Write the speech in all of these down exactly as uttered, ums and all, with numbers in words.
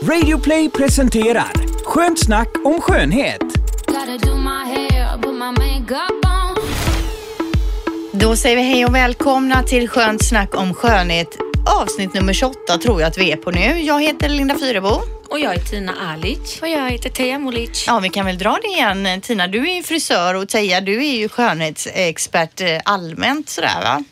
Radio Play presenterar Skönt snack om skönhet. Då säger vi hej och välkomna till Skönt snack om skönhet. Avsnitt nummer tjugoåtta tror jag att vi är på nu. Jag heter Linda Fyrebo. Och jag är Tina Alic. Och jag heter Teija Molic. Ja, vi kan väl dra det igen. Tina, du är ju frisör och Teija, du är ju skönhetsexpert allmänt sådär va?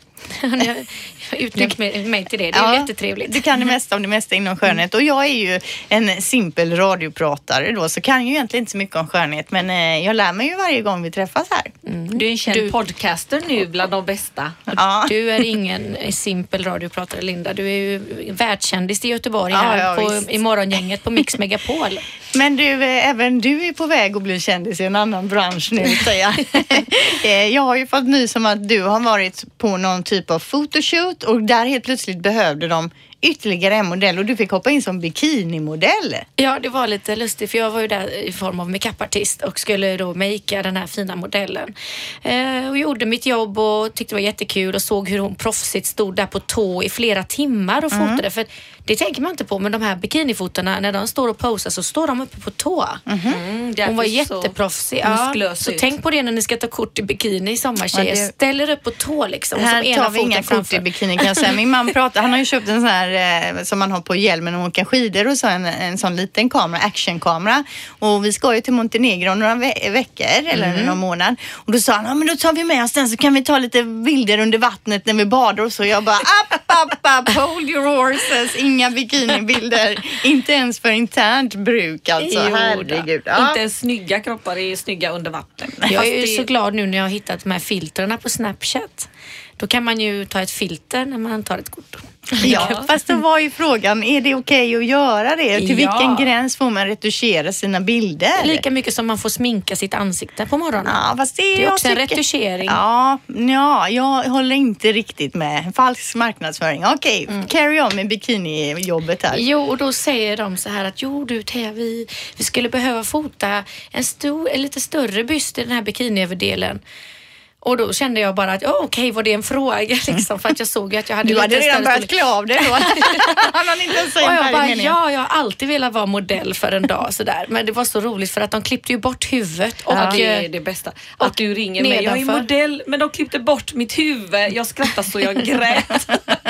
Jag har utnämnt mig till det. Det är ja, jättetrevligt. Du kan det mesta om det mesta inom skönhet. Och jag är ju en simpel radiopratare då, så kan ju egentligen inte så mycket om skönhet. Men eh, jag lär mig ju varje gång vi träffas här. Mm. Du är en känd du... podcaster nu bland de bästa. Ja. Du är ingen simpel radiopratare, Linda. Du är ju världskändis i Göteborg här ja, ja, på, i morgongänget på Mix Megapol. Men du, även du är på väg att bli kändis i en annan bransch nu, säger jag. Jag har ju fått nys om att du har varit på någon typ av photoshoot och där helt plötsligt behövde de ytterligare en modell och du fick hoppa in som bikinimodell. Ja, det var lite lustigt för jag var ju där i form av makeupartist och skulle då makea den här fina modellen. Eh, och gjorde mitt jobb och tyckte det var jättekul och såg hur hon proffsigt stod där på tå i flera timmar och fotade. Mm. För det tänker man inte på, men de här bikinifotorna, när de står och posar så står de uppe på tå. Mm. Mm, hon var jätteproffsig. Ja, så tänk på det när ni ska ta kort i bikini i sommartjejer. Ja, det... Ställer upp på tå liksom. Här som tar vi inga kort i bikini kan jag säga. Min man pratar, han har ju köpt en sån här eh, som man har på hjälmen och åker skidor och så en, en sån liten kamera, actionkamera. Och vi ska ju till Montenegro några ve- veckor eller mm. någon månad. Och då sa han, ja men då tar vi med oss den så kan vi ta lite bilder under vattnet när vi badar och så. Jag bara, app, app, app, hold your horses, inga bikinibilder. Inte ens för internt bruk alltså, jo, herregud. Ja. Inte ens snygga kroppar är snygga under vatten. Jag är ju det... så glad nu när jag har hittat de här filtrarna på Snapchat. Då kan man ju ta ett filter när man tar ett kort. Ja, fast då var ju frågan, är det okej att göra det? Till ja. vilken gräns får man retuschera sina bilder? Lika mycket som man får sminka sitt ansikte på morgonen. Ja, fast det är, det är också tycker... en retuschering. Ja, ja, jag håller inte riktigt med. Falsk marknadsföring. Okej, okay, mm. carry on med bikinijobbet här. Jo, och då säger de så här att jo du Teija, vi, vi skulle behöva fota en, stor, en lite större byst i den här bikiniöverdelen. Och då kände jag bara att, oh, okej, okay, var det en fråga liksom, för att jag såg att jag hade... Du hade redan börjat klä av det då. Han hade inte ens och jag bara, ja, jag har alltid velat vara modell för en dag sådär. Men det var så roligt för att de klippte ju bort huvudet. Och, ja, det är det bästa. Att du ringer mig, jag är modell, men de klippte bort mitt huvud. Jag skrattade så jag grät.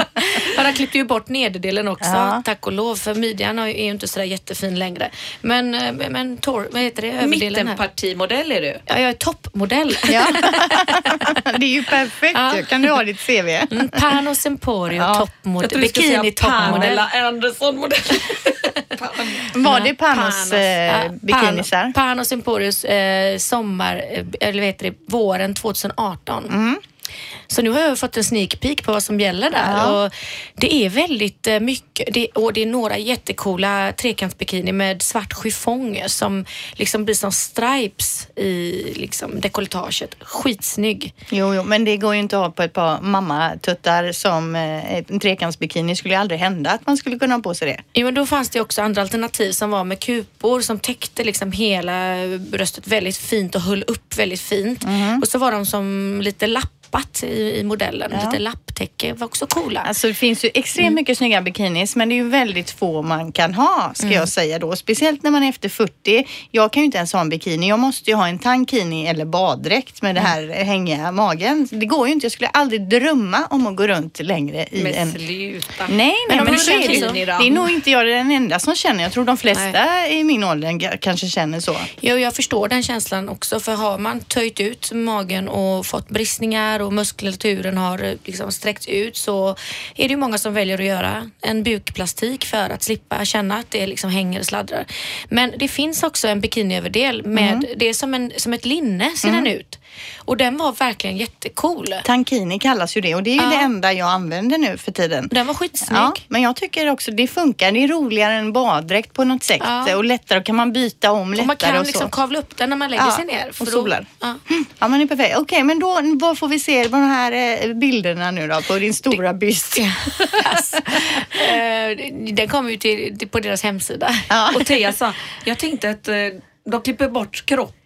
Ja, de klippte ju bort nederdelen också, ja. Tack och lov. För midjan är ju inte sådär jättefin längre. Men, men tor, vad heter det? Mittenpartimodell är du? Ja, jag är toppmodell. Ja. Det är ju perfekt. Ja. Kan du ha ditt C V? Mm, Panos Emporio, ja. Toppmodell. Bikini toppmodell. Pamela Anderson-modell. Var det Panos, Panos eh, bikinisar? Panos Emporios eh, sommar, eller vet det, våren tjugoarton. Mm. Så nu har jag fått en sneak peek på vad som gäller där. Ja. Och det är väldigt mycket, det, och det är några jättekola trekantsbikini med svart chiffong som liksom blir som stripes i liksom dekolletaget. Skitsnygg. Jo, jo, men det går ju inte att ha på ett par mammatuttar som eh, en trekantsbikini. Skulle ju aldrig hända att man skulle kunna ha på sig det. Jo, men då fanns det också andra alternativ som var med kupor som täckte liksom hela bröstet väldigt fint och höll upp väldigt fint. Mm. Och så var de som lite lapp I, i modellen. Ja. Lite lapptäcke var också coola. Alltså det finns ju extremt mm. mycket snygga bikinis, men det är ju väldigt få man kan ha, ska mm. jag säga då. Speciellt när man är efter fyrtio. Jag kan ju inte ens ha en bikini. Jag måste ju ha en tankini eller baddräkt med mm. det här hängiga magen. Det går ju inte. Jag skulle aldrig drömma om att gå runt längre i men en... Sluta. Nej, nej, men, men det, är, det, det är nog inte jag den enda som känner. Jag tror de flesta nej. i min ålder kanske känner så. Jo, jag förstår den känslan också. För har man töjt ut magen och fått bristningar och muskulaturen har liksom sträckts ut så är det ju många som väljer att göra en bukplastik för att slippa känna att det liksom hänger och sladdrar. Men det finns också en bikiniöverdel med mm. det är som, en, som ett linne ser mm. den ut. Och den var verkligen jättecool. Tankini kallas ju det och det är ju ja. det enda jag använder nu för tiden. Den var skitsnygg. Ja, men jag tycker också det funkar. Det är roligare än baddräkt på något sätt ja. och lättare och kan man byta om lättare och man kan och liksom så. kavla upp den när man lägger ja, sig ner. För och solar. Då, ja. ja, men det är perfekt. Okej, okay, men då vad får vi se på de här bilderna nu då på din stora byst? Alltså, den kommer ju till, på deras hemsida. Ja. Och Teija sa, jag tänkte att de klipper bort kroppen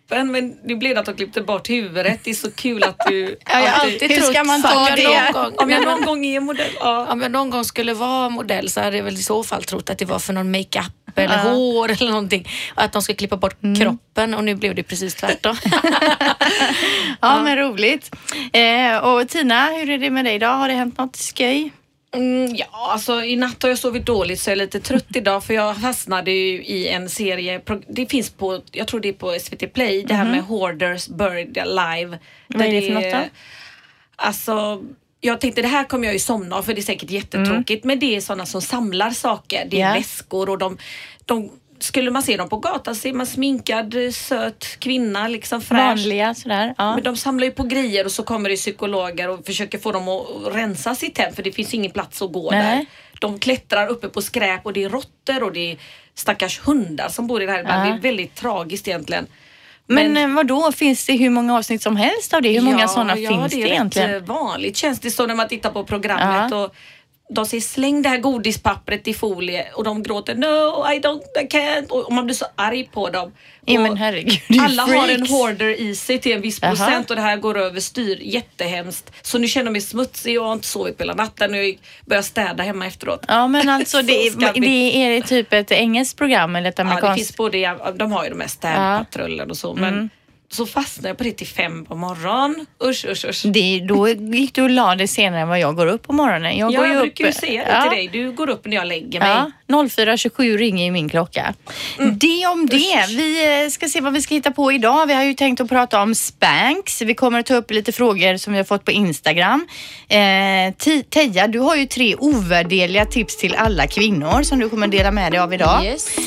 kroppen, men nu blev det att de klippte bort huvudet. Det är så kul att du... Ja, jag har alltid hur trott ska man ta det? Gång, om jag någon gång är modell. Ja. Om jag någon gång skulle vara modell så hade jag väl i så fall trott att det var för någon makeup eller ja. hår eller någonting. Och att de skulle klippa bort mm. kroppen, och nu blev det precis tvärtom. ja, ja, men roligt. Eh, och Tina, hur är det med dig idag? Har det hänt något skoj? Mm, ja, alltså i natt har jag sovit dåligt så jag är lite trött idag, för jag fastnade ju i en serie, det finns på, jag tror det är på S V T Play, det här mm-hmm. med Hoarders Buried Alive. Vad är det för något då? Alltså, jag tänkte det här kommer jag ju somna, för det är säkert jättetråkigt, mm. men det är sådana som samlar saker, det är yeah. väskor och de, de skulle man se dem på gatan ser man sminkad, söt kvinna, liksom fräsch. Vanliga sådär. Ja. Men de samlar ju på grejer och så kommer det psykologer och försöker få dem att rensa sitt hem, för det finns ingen plats att gå Nej. där. De klättrar uppe på skräp och det är råttor och det är stackars hundar som bor i det här. Ja. Det är väldigt tragiskt egentligen. Men, Men vad då? Finns det hur många avsnitt som helst av det? Hur många ja, sådana ja, finns det, det egentligen? Ja, det är vanligt. Känns det så när man tittar på programmet ja. och de säger släng det här godispappret i folie och de gråter no, I don't, I can't, och man blir så arg på dem. Ja, men herregud, alla freaks. har en hoarder i sig till en viss Aha. procent och det här går över styr, jättehemskt. Så nu känner jag mig smutsig och har inte sovit på hela natten och jag börjar städa hemma efteråt. Ja, men alltså det, är, det är typ ett engelskt program eller ett amerikanskt? Ja, det finns både, de har ju de här städpatrullen och så, men mm. så fastnade jag på det till fem på morgon. Usch, usch, usch. Det, då gick du och la det senare än vad jag går upp på morgonen. Jag, ja, går ju jag upp, brukar ju säga det ja. till dig. Du går upp när jag lägger mig. Ja, noll fyra tjugosju ringer i min klocka. Mm. Det om det. Usch. Vi ska se vad vi ska hitta på idag. Vi har ju tänkt att prata om Spanx. Vi kommer att ta upp lite frågor som vi har fått på Instagram. Eh, Teija, du har ju tre ovärdeliga tips till alla kvinnor som du kommer dela med dig av idag. Yes.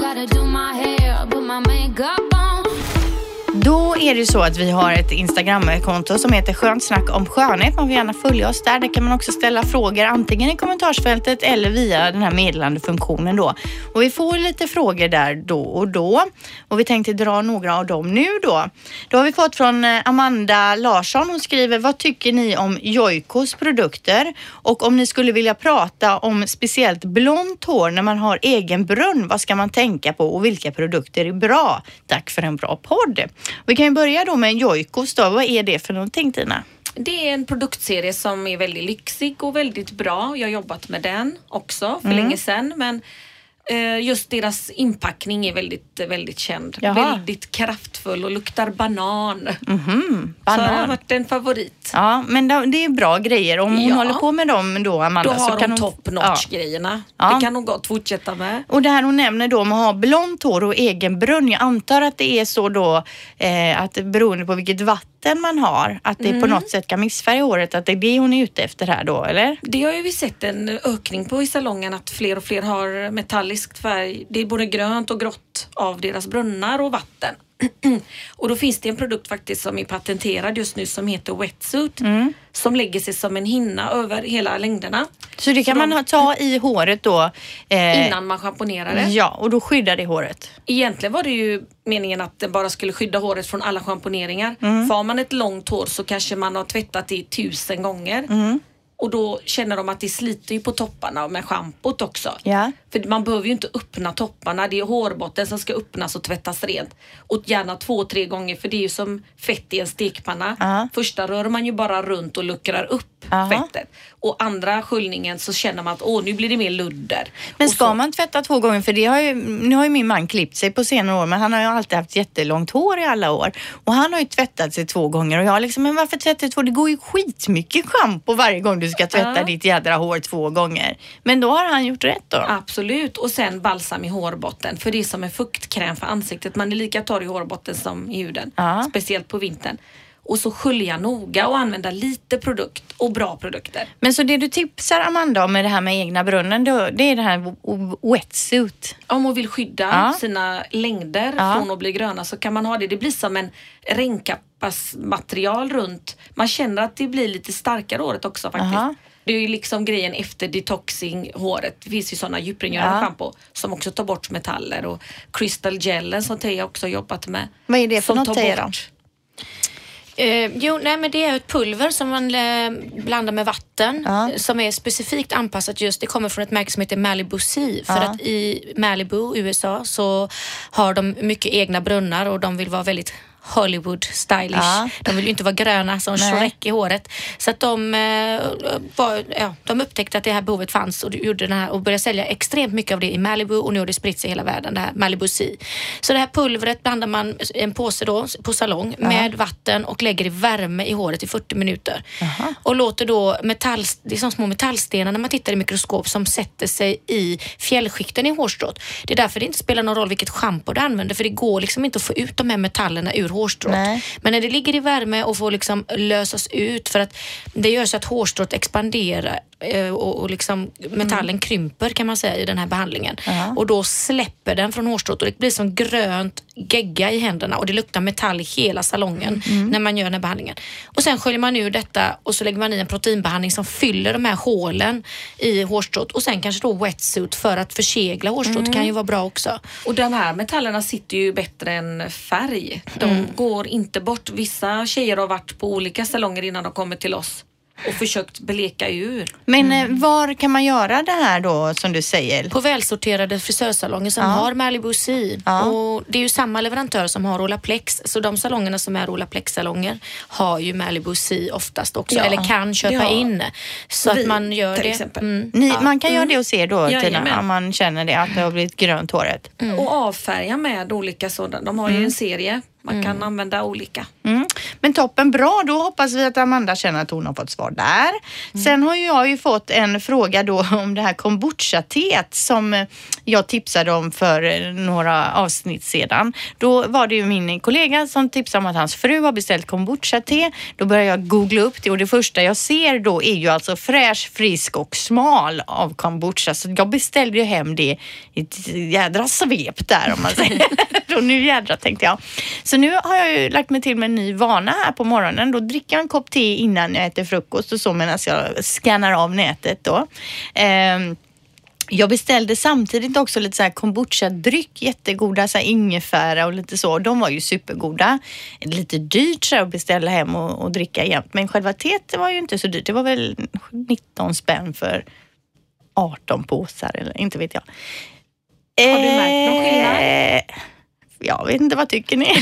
Då är det så att vi har ett Instagram-konto som heter Skönt snack om skönhet. Man vill gärna följa oss där. Där kan man också ställa frågor antingen i kommentarsfältet eller via den här meddelandefunktionen då. Och vi får lite frågor där då och då. Och vi tänkte dra några av dem nu då. Då har vi fått från Amanda Larsson. Hon skriver, vad tycker ni om Joikos produkter? Och om ni skulle vilja prata om speciellt blont hår när man har egen brunn, vad ska man tänka på och vilka produkter är bra? Tack för en bra podd. Vi kan ju börja då med Joikos då. Vad är det för någonting, Tina? Det är en produktserie som är väldigt lyxig och väldigt bra. Jag har jobbat med den också för mm. länge sedan. Men eh, just deras inpackning är väldigt, väldigt känd. Jaha. Väldigt kraftfull och luktar banan. Mm-hmm. Banan. Så det har varit en favorit. Ja, men det är bra grejer. Om hon ja. håller på med dem då, Amanda, då har så kan hon hon... top notch ja. grejerna. Ja. Det kan hon gott fortsätta med. Och det här hon nämner då om att ha blont hår och egen brunn. Jag antar att det är så då eh, att beroende på vilket vatten man har, att det mm. på något sätt kan missfärga håret, att det är det hon är ute efter här då, eller? Det har ju vi sett en ökning på i salongen, att fler och fler har metallisk färg. Det är både grönt och grått av deras brunnar och vatten. Och då finns det en produkt faktiskt som är patenterad just nu som heter Wetsuit mm. som lägger sig som en hinna över hela längderna. Så det kan så man de... ta i håret då? Eh... Innan man schamponerar det. Ja, och då skyddar det håret. Egentligen var det ju meningen att det bara skulle skydda håret från alla schamponeringar. Mm. För har man ett långt hår så kanske man har tvättat det tusen gånger. Mm. Och då känner de att det sliter ju på topparna med schampot också. Ja. För man behöver ju inte öppna topparna. Det är hårbotten som ska öppnas och tvättas rent. Och gärna två, tre gånger. För det är ju som fett i en stekpanna. Uh-huh. Första rör man ju bara runt och luckrar upp uh-huh. fettet. Och andra sköljningen så känner man att åh, nu blir det mer ludder. Men ska så... man tvätta två gånger? För det har ju, nu har ju min man klippt sig på senare år. Men han har ju alltid haft jättelångt hår i alla år. Och han har ju tvättat sig två gånger. Och jag har liksom, men varför tvättar du två? Det går ju skitmycket schampo varje gång du ska tvätta uh-huh. ditt jädra hår två gånger. Men då har han gjort rätt då? Absolut. Och sen balsam i hårbotten. För det är som en fuktkräm för ansiktet. Man är lika torr i hårbotten som i huden. Uh-huh. Speciellt på vintern. Och så skölja noga och använda lite produkt och bra produkter. Men så det du tipsar Amanda om med det här med egna brunnen, då, det är det här wetsuit. Om hon vill skydda ja. sina längder ja. från att bli gröna så kan man ha det. Det blir som en regnkapasmaterial runt. Man känner att det blir lite starkare håret också faktiskt. Aha. Det är ju liksom grejen efter detoxing håret. Det finns ju sådana djuprengörande schampo ja. som också tar bort metaller. Och crystal gelen som Teija också har jobbat med. Vad är det för något, Teija? Eh, jo, nej men det är ett pulver som man eh, blandar med vatten ja. som är specifikt anpassat just, det kommer från ett märke som heter Malibu Sea för ja. att i Malibu, U S A, så har de mycket egna brunnar och de vill vara väldigt Hollywood stylish. Ja. De vill ju inte vara gröna som Shrek i håret. Så att de, eh, var, ja, de upptäckte att det här behovet fanns och gjorde den här och började sälja extremt mycket av det i Malibu och nu har det spritt sig i hela världen, det här Malibu Sea. Så det här pulvret blandar man i en påse då på salong ja. med vatten och lägger i värme i håret i fyrtio minuter. Aha. Och låter då metall, det är som små metallstenar när man tittar i mikroskop som sätter sig i fjällskikten i hårstrået. Det är därför det inte spelar någon roll vilket shampoo du använder för det går liksom inte att få ut de här metallerna ur hårstrået. Nej. Men när det ligger i värme och får liksom lösas ut för att det gör så att hårstrået expanderar och, och liksom metallen mm. krymper kan man säga i den här behandlingen. Uh-huh. Och då släpper den från hårstrået och det blir som grönt gegga i händerna och det luktar metall i hela salongen mm. när man gör den här behandlingen. Och sen sköljer man ur detta och så lägger man i en proteinbehandling som fyller de här hålen i hårstrået och sen kanske då wetsuit för att försegla hårstrået mm. kan ju vara bra också. Och de här metallerna sitter ju bättre än färg. De mm. går inte bort. Vissa tjejer har varit på olika salonger innan de kommer till oss och försökt bleka ur. Men mm. var kan man göra det här då som du säger? På välsorterade frisörsalonger som ja. har Malibu Sea. Ja. Och det är ju samma leverantör som har Olaplex. Så de salongerna som är Olaplex-salonger har ju Malibu Sea oftast också. Ja. Eller kan köpa ja. in. Så Vi, att man gör det. Mm. Ni, ja. Man kan mm. göra det och se då ja, Tina, om man känner det att det har blivit grönt håret. Mm. Och avfärga med olika sådana. De har ju mm. en serie. Man kan mm. använda olika. Mm. Men toppen, bra. Då hoppas vi att Amanda känner att hon har fått svar där. Mm. Sen har ju jag ju fått en fråga då om det här kombucha-teet som jag tipsade om för några avsnitt sedan. Då var det ju min kollega som tipsade om att hans fru har beställt kombucha-te. Då börjar jag googla upp det och det första jag ser då är ju alltså fräsch, frisk och smal av kombucha. Så jag beställde ju hem det i ett jädra svep där om man säger. Och nu jädra tänkte jag. Så nu har jag ju lagt mig till med en ny vana här på morgonen. Då dricker jag en kopp te innan jag äter frukost och så medan jag scannar av nätet då. Ehm, jag beställde samtidigt också lite så här kombucha-dryck, jättegoda, så här ingefära och lite så. De var ju supergoda. Lite dyrt så att beställa hem och, och dricka jämt. Men själva teet var ju inte så dyrt. Det var väl nitton spänn för arton påsar eller inte vet jag. Har du märkt någon skillnad? Jag vet inte, vad tycker ni?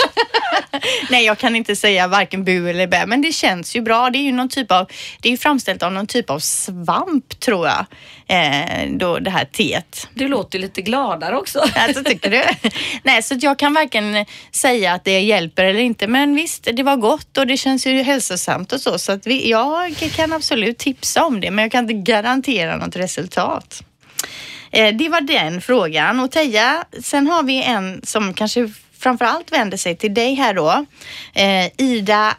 Nej, jag kan inte säga varken bu eller bä, men det känns ju bra. Det är ju någon typ av, det är ju framställt av någon typ av svamp tror jag. Eh, då det här teet. Du låter lite gladare också. Alltså, tycker du? Nej, så jag kan varken säga att det hjälper eller inte, men visst, det var gott och det känns ju hälsosamt och så. Så att vi, jag kan absolut tipsa om det, men jag kan inte garantera något resultat. Det var den frågan. Och Teija, sen har vi en som kanske framförallt vänder sig till dig här då. Eh, Ida,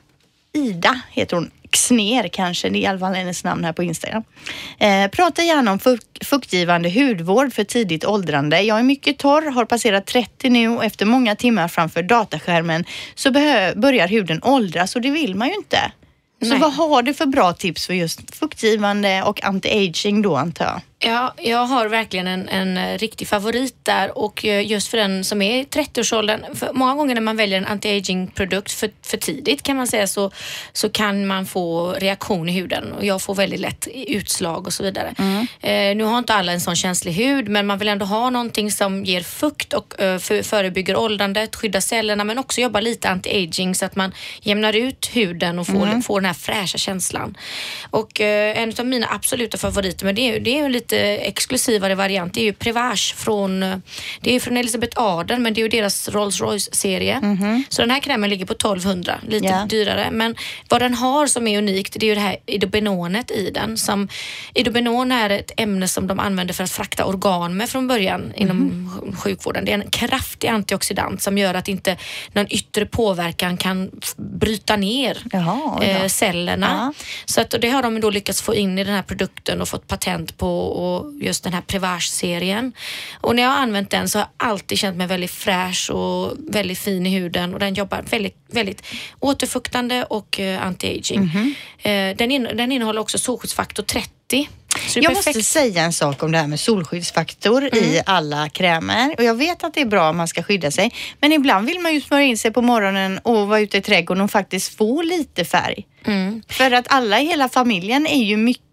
Ida heter hon. Xner kanske, det är i alla fall hennes namn här på Instagram. Eh, prata gärna om fukt, fuktgivande hudvård för tidigt åldrande. Jag är mycket torr, har passerat trettio nu och efter många timmar framför dataskärmen så behö- börjar huden åldras och det vill man ju inte. Så Nej. Vad har du för bra tips för just fuktgivande och anti-aging då antar jag? Ja, jag har verkligen en, en riktig favorit där och just för den som är i trettioårsåldern, för många gånger när man väljer en anti-aging-produkt för, för tidigt kan man säga så, så kan man få reaktion i huden och jag får väldigt lätt utslag och så vidare. Mm. Eh, nu har inte alla en sån känslig hud men man vill ändå ha någonting som ger fukt och eh, för, förebygger åldrandet, skyddar cellerna men också jobbar lite anti-aging så att man jämnar ut huden och får, mm. får den här fräscha känslan. Och eh, en av mina absoluta favoriter, men det är, det är ju lite exklusivare variant. Det är ju Prevage från, det är från Elisabeth Arden men det är ju deras Rolls-Royce-serie. Mm-hmm. Så den här krämen ligger på tolvhundra, lite yeah. dyrare. Men vad den har som är unikt det är ju det här idobenonet i den. Som, idobenon är ett ämne som de använder för att frakta organ med från början mm-hmm. inom sjukvården. Det är en kraftig antioxidant som gör att inte någon yttre påverkan kan bryta ner Jaha, eh, cellerna. Ja. Så att det har de då lyckats få in i den här produkten och fått patent på och just den här Prevage-serien. Och när jag har använt den så har jag alltid känt mig väldigt fräsch och väldigt fin i huden och den jobbar väldigt, väldigt återfuktande och uh, anti-aging. Mm-hmm. Uh, den, in, den innehåller också solskyddsfaktor trettio. Jag perfekt. måste säga en sak om det här med solskyddsfaktor mm. i alla krämer. Och jag vet att det är bra om man ska skydda sig. Men ibland vill man ju smörja in sig på morgonen och vara ute i trädgården och faktiskt få lite färg. Mm. För att alla i hela familjen är ju mycket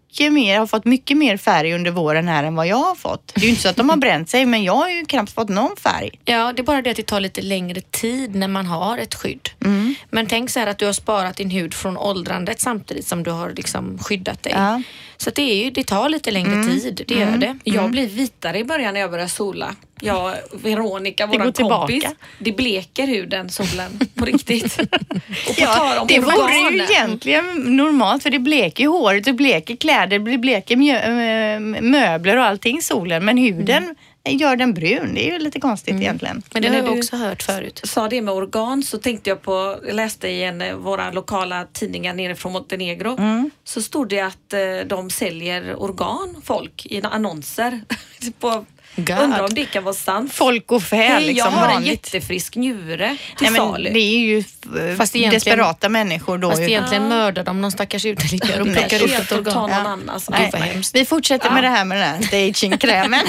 mycket mer, har fått mycket mer färg under våren här än vad jag har fått. Det är ju inte så att de har bränt sig, men jag har ju knappt fått någon färg. Ja, det är bara det att det tar lite längre tid när man har ett skydd. Mm. Men tänk så här att du har sparat din hud från åldrandet samtidigt som du har liksom skyddat dig. Ja. Så det, är ju, det tar lite längre Mm. tid, det gör det. Jag blir vitare i början när jag börjar sola. Jag, Veronica, går våran tillbaka. kompis, det bleker huden, solen, på riktigt. Och på Ja, tal om det vore ju organen. egentligen normalt, för det bleker ju håret, det bleker kläder, det bleker mjö- äh, möbler och allting solen, men huden mm. gör den brun. Det är ju lite konstigt mm. egentligen. Men det Men har när jag du också hört förut. Sa det med organ, så tänkte jag på, jag läste i en av våra lokala tidningar nere från Montenegro, mm. så stod det att eh, de säljer organ, folk, i annonser. på, undrar om det kan vara sant. Folk och fä, Hej, liksom jag har en vanligt. jättefrisk njure till Nej, men salu. det är ju fast desperata människor då. Fast ju. egentligen Ja. mördar de någon stackars uteliggare och Nej, plockar ut Helt ett att organ. ta någon Ja. annan. Så Nej, gud vad hemskt. vi fortsätter Ja. med det här med den här staging-krämen.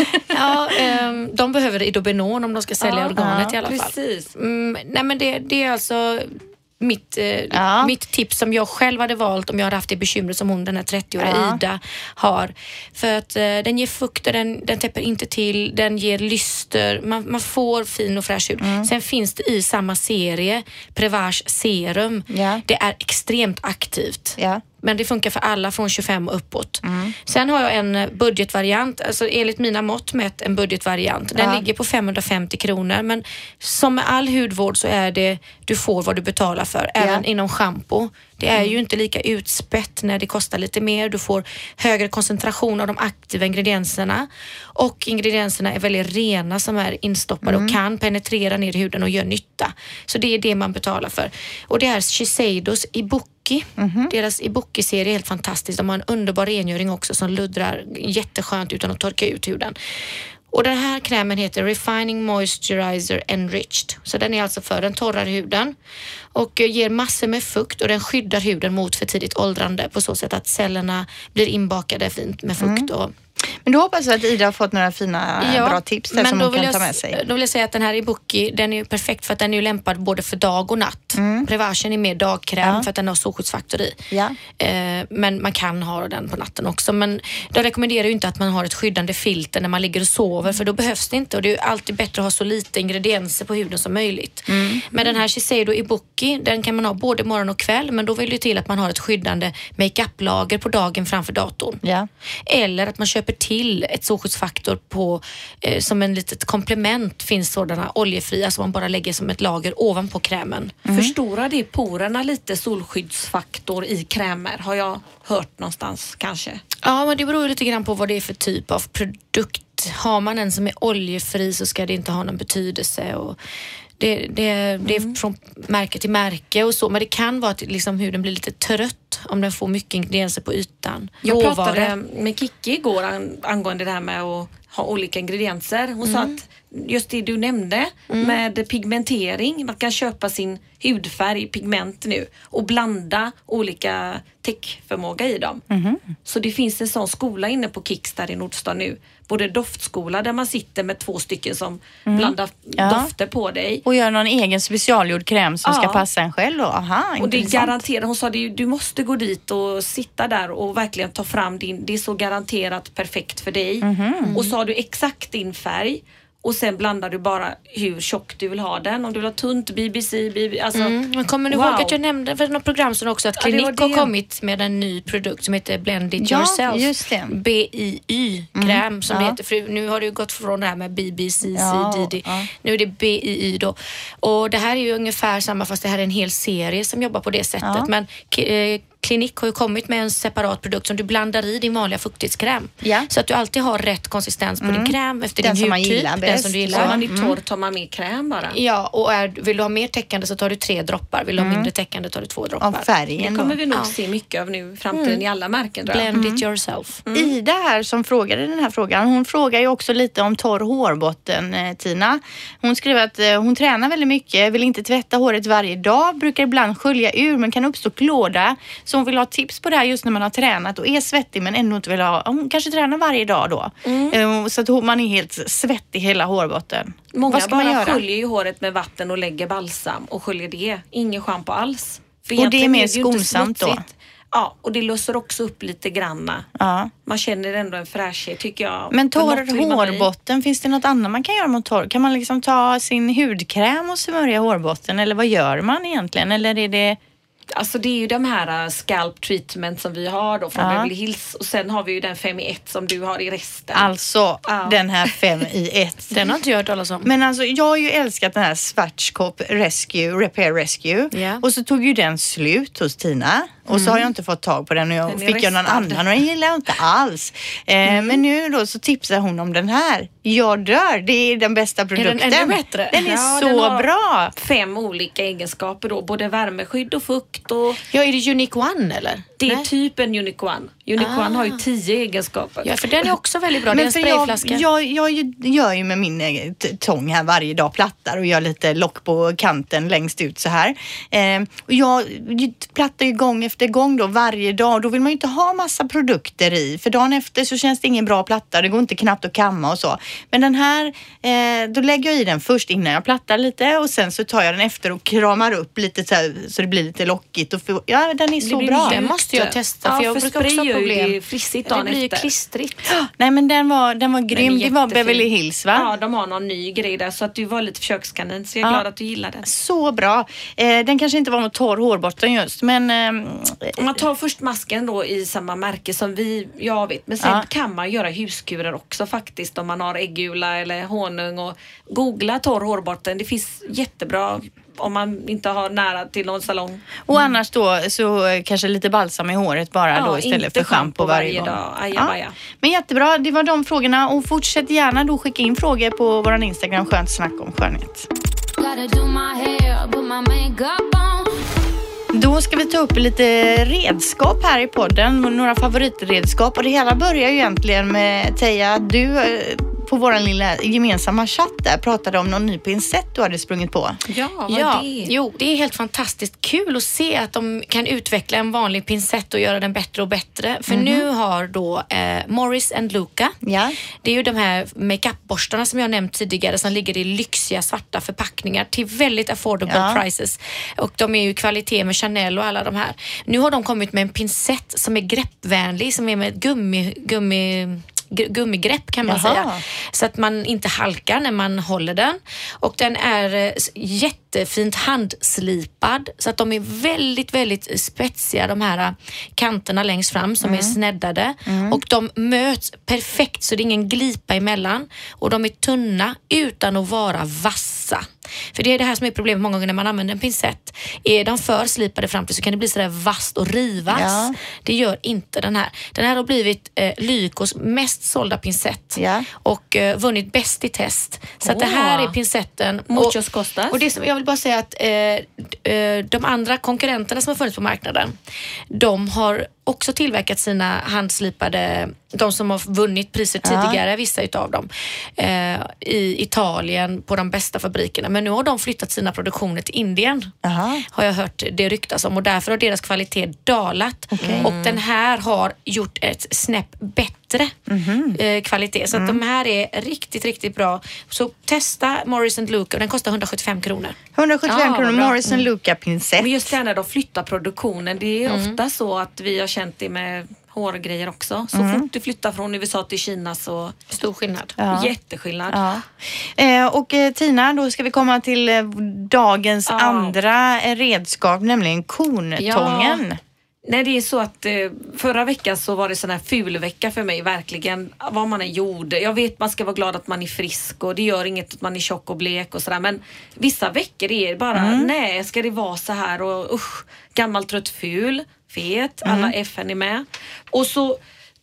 Ja, um, de behöver Idobenon om de ska sälja Ja, organet ja, i alla fall. precis. Mm, nej men det, det är alltså mitt, eh, Ja. mitt tips som jag själv hade valt om jag hade haft det bekymret som hon, den här trettioåriga Ja. Ida, har. För att eh, den ger fukt och den, den täpper inte till, den ger lyster, man, man får fin och fräsch hud. Mm. Sen finns det i samma serie Prevage Serum. Ja. Det är extremt aktivt. Ja. Men det funkar för alla från tjugofem och uppåt. Mm. Sen har jag en budgetvariant, alltså enligt mina mått mätt en budgetvariant. Den Ja. ligger på femhundrafemtio kronor, men som med all hudvård så är det, du får vad du betalar för, Ja. även inom shampoo. Det är ju inte lika utspätt när det kostar lite mer. Du får högre koncentration av de aktiva ingredienserna och ingredienserna är väldigt rena som är instoppade och kan penetrera ner i huden och göra nytta. Så det är det man betalar för. Och det är Shiseidos Ibuki. Mm-hmm. Deras Ibuki-serie är helt fantastisk. De har en underbar rengöring också som luddrar jätteskönt utan att torka ut huden. Och den här krämen heter Refining Moisturizer Enriched. Så den är alltså för den torrare huden och ger massor med fukt och den skyddar huden mot för tidigt åldrande på så sätt att cellerna blir inbakade fint med fukt. Mm. Och Men då hoppas jag att Ida har fått några fina ja, bra tips där som hon kan ta med sig. Då vill jag säga att den här Ibuki, den är ju perfekt för att den är ju lämpad både för dag och natt. Mm. Prevagen är mer dagkräm Ja. för att den har solskyddsfaktor i. Ja. Eh, men man kan ha den på natten också. Men de rekommenderar ju inte att man har ett skyddande filter när man ligger och sover, för då behövs det inte. Och det är ju alltid bättre att ha så lite ingredienser på huden som möjligt. Mm. Men den här Shiseido Ibuki, den kan man ha både morgon och kväll, men då vill det till att man har ett skyddande make-up-lager på dagen framför datorn. Ja. Eller att man köper till ett solskyddsfaktor på, eh, som en litet komplement, finns sådana oljefria som man bara lägger som ett lager ovanpå krämen. Mm. Förstorar det porerna lite, solskyddsfaktor i krämer, har jag hört någonstans kanske. Ja, men det beror ju lite grann på vad det är för typ av produkt. Har man en som är oljefri så ska det inte ha någon betydelse och det, det, det är mm. från märke till märke och så, men det kan vara att liksom huden blir lite trött om den får mycket ingredienser på ytan. Jag Råvaror. pratade med Kikki igår ang- angående det här med att ha olika ingredienser. Hon mm. sa att just det du nämnde mm. med pigmentering, man kan köpa sin hudfärg, pigment nu och blanda olika täckförmåga i dem. Mm. Så det finns en sån skola inne på Kicks där i Nordstan nu. Både doftskola där man sitter med två stycken som mm. blandar ja. dofter på dig. Och gör någon egen specialgjord kräm som ja. ska passa en själv då. Aha, och det intressant. garanterar, hon sa det, du måste gå dit och sitta där och verkligen ta fram din, det är så garanterat perfekt för dig. Mm. Och så har du exakt din färg. Och sen blandar du bara hur tjock du vill ha den. Om du vill ha tunt, B B C, B B C. Alltså, mm. Men kommer du wow. ihåg att jag nämnde för något program som också att Ja, Clinique det var det. har kommit med en ny produkt som heter Blend It Ja, Yourself. just det. B I Y-kräm Mm. som Ja. det heter. För nu har det ju gått från det här med B B C, Ja, C, D D. ja. Nu är det B I Y då. Och det här är ju ungefär samma fast det här är en hel serie som jobbar på det sättet. Ja. Men eh, Clinique har ju kommit med en separat produkt som du blandar i din vanliga fuktighetskräm. Ja. Så att du alltid har rätt konsistens på Mm. din kräm efter Den din som man hudtyp. gillar Den bäst. som du Så gillar. om man är torr tar man med kräm bara. Ja, och är, vill du ha mer täckande så tar du tre droppar. Vill du ha mindre täckande tar du två droppar. Av färgen Det då. kommer vi nog Ja. se mycket av nu i framtiden mm. i alla märken. Tror jag. Blend it yourself. Mm. Ida här som frågade den här frågan, hon frågar ju också lite om torr hårbotten, eh, Tina. Hon skriver att eh, hon tränar väldigt mycket, vill inte tvätta håret varje dag, brukar ibland skölja ur men kan uppstå klåda. Så hon vill ha tips på det här just när man har tränat och är svettig men ändå inte vill ha, hon kanske tränar varje dag då. Mm. Eh, så att man är helt svettig hela hårbotten. Många Vad ska man bara göra? sköljer ju håret med vatten och lägger balsam och sköljer det. Ingen schampo alls. För Och det är egentligen mer ju inte skonsamt då? smutsigt. Ja, och det löser också upp lite granna. Ja. Man känner ändå en fräschhet tycker jag. Men torr hårbotten, finns det något annat man kan göra mot torr? Kan man liksom ta sin hudkräm och smörja hårbotten? Eller vad gör man egentligen? Eller är det... Alltså det är ju de här scalp treatment som vi har då från ja. Beverly Hills. Och sen har vi ju den fem i ett som du har i resten. Alltså ja. den här fem i ett. Den har inte jag hört talas om. Men alltså jag har ju älskat den här Schwarzkopf Rescue, Repair Rescue. Yeah. Och så tog ju den slut hos Tina. Och mm. så har jag inte fått tag på den och jag den fick jag någon annan och den gillar jag inte alls. Eh, mm. Men nu då så tipsar hon om den här. Jag dör, det är den bästa produkten. Är den ännu bättre? Den är ja, så den har bra. Fem olika egenskaper då, både värmeskydd och fukt och... Ja, är det Unique One eller? Det är Nej. typ en Unique One. Unique ah. One har ju tio egenskaper. Ja, för den är också väldigt bra. Men det är en sprayflaska. Jag, jag, jag gör ju med min tång här varje dag plattar och gör lite lock på kanten längst ut så här. Eh, och jag plattar ju gång efter gång då varje dag. Då vill man ju inte ha massa produkter i. För dagen efter så känns det ingen bra platta. Det går inte knappt att kamma och så. Men den här, eh, då lägger jag i den först innan jag plattar lite. Och sen så tar jag den efter och kramar upp lite så, här, så det blir lite lockigt. Och för, ja, den är så bra. Den måste jag testa. Ja, för jag för brukar också ha problem. Det frissigt dagen det blir ju efter. klistrigt. Nej men den var, den var grym. Det var Beverly Hills va? Ja, de har någon ny grej där. Så att du var lite försökskanin. Så jag är ja. glad att du gillar den. Så bra. Eh, den kanske inte var något torr hårbotten just. Men... Eh, Om man tar först masken då i samma märke som vi, jag vet. Men sen ja. kan man göra huskurer också faktiskt. Om man har äggula eller honung. Och googla torr hårbotten. Det finns jättebra om man inte har nära till någon salong. Och mm. annars då så kanske lite balsam i håret bara ja, då istället för shampoo varje, varje dag. Aja, ja. aja. Men jättebra, det var de frågorna. Och fortsätt gärna då skicka in frågor på våran Instagram Skönt snack om skönhet. Då ska vi ta upp lite redskap här i podden. Några favoritredskap. Och det hela börjar ju egentligen med Teija, du på våran lilla gemensamma chatt där pratade om någon ny pincett du hade sprungit på. Ja, vad ja, det? Jo, det är helt fantastiskt kul att se att de kan utveckla en vanlig pincett och göra den bättre och bättre. För mm-hmm. nu har då eh, Morris and Luca, ja. det är ju de här make-up-borstarna som jag nämnt tidigare som ligger i lyxiga svarta förpackningar till väldigt affordable ja. prices. Och de är ju kvalitet med Chanel och alla de här. Nu har de kommit med en pincett som är greppvänlig, som är med gummi... gummi gummigrepp kan man Jaha. säga. Så att man inte halkar när man håller den. Och den är jättefint handslipad. Så att de är väldigt, väldigt spetsiga, de här kanterna längst fram som mm. är sneddade. Mm. Och de möts perfekt så det är ingen glipa emellan. Och de är tunna utan att vara vassa. För det är det här som är problemet många gånger när man använder en pincett. Är de för slipade fram till så kan det bli sådär vasst och rivas. Ja. Det gör inte den här. Den här har blivit eh, Lykos mest sålda pincett. Ja. Och eh, vunnit bäst i test. Så oh. att det här är pincetten. Muchos costas. Och det som jag vill bara säga att eh, eh, de andra konkurrenterna som har funnits på marknaden, de har också tillverkat sina handslipade, de som har vunnit priser tidigare, ja. vissa utav dem, eh, i Italien på de bästa fabrikerna. Men nu har de flyttat sina produktioner till Indien. Aha. Har jag hört det ryktas om. Och därför har deras kvalitet dalat. Okay. Och den här har gjort ett snäpp bättre mm-hmm. eh, kvalitet. Så mm. att de här är riktigt, riktigt bra. Så testa Morris and Luca. Den kostar hundrasjuttiofem kronor. hundrasjuttiofem kronor Morris and Luca pincett. Men just det när de flyttar produktionen, det är mm. ofta så att vi har känt det med hårgrejer också. Så mm. fort du flyttar från U S A till Kina så stor skillnad. Ja. Jätteskillnad. Ja. Eh, och eh, Tina, då ska vi komma till eh, dagens ja. andra eh, redskap, nämligen kontången. Ja. Nej, det är så att eh, förra veckan så var det sån här fulvecka för mig, verkligen, vad man än gjorde. Jag vet man ska vara glad att man är frisk och det gör inget att man är tjock och blek och sådär. Men vissa veckor är det bara, mm. nej, ska det vara så här och usch, gammal, trött, ful, fet, mm. alla F N är med. Och så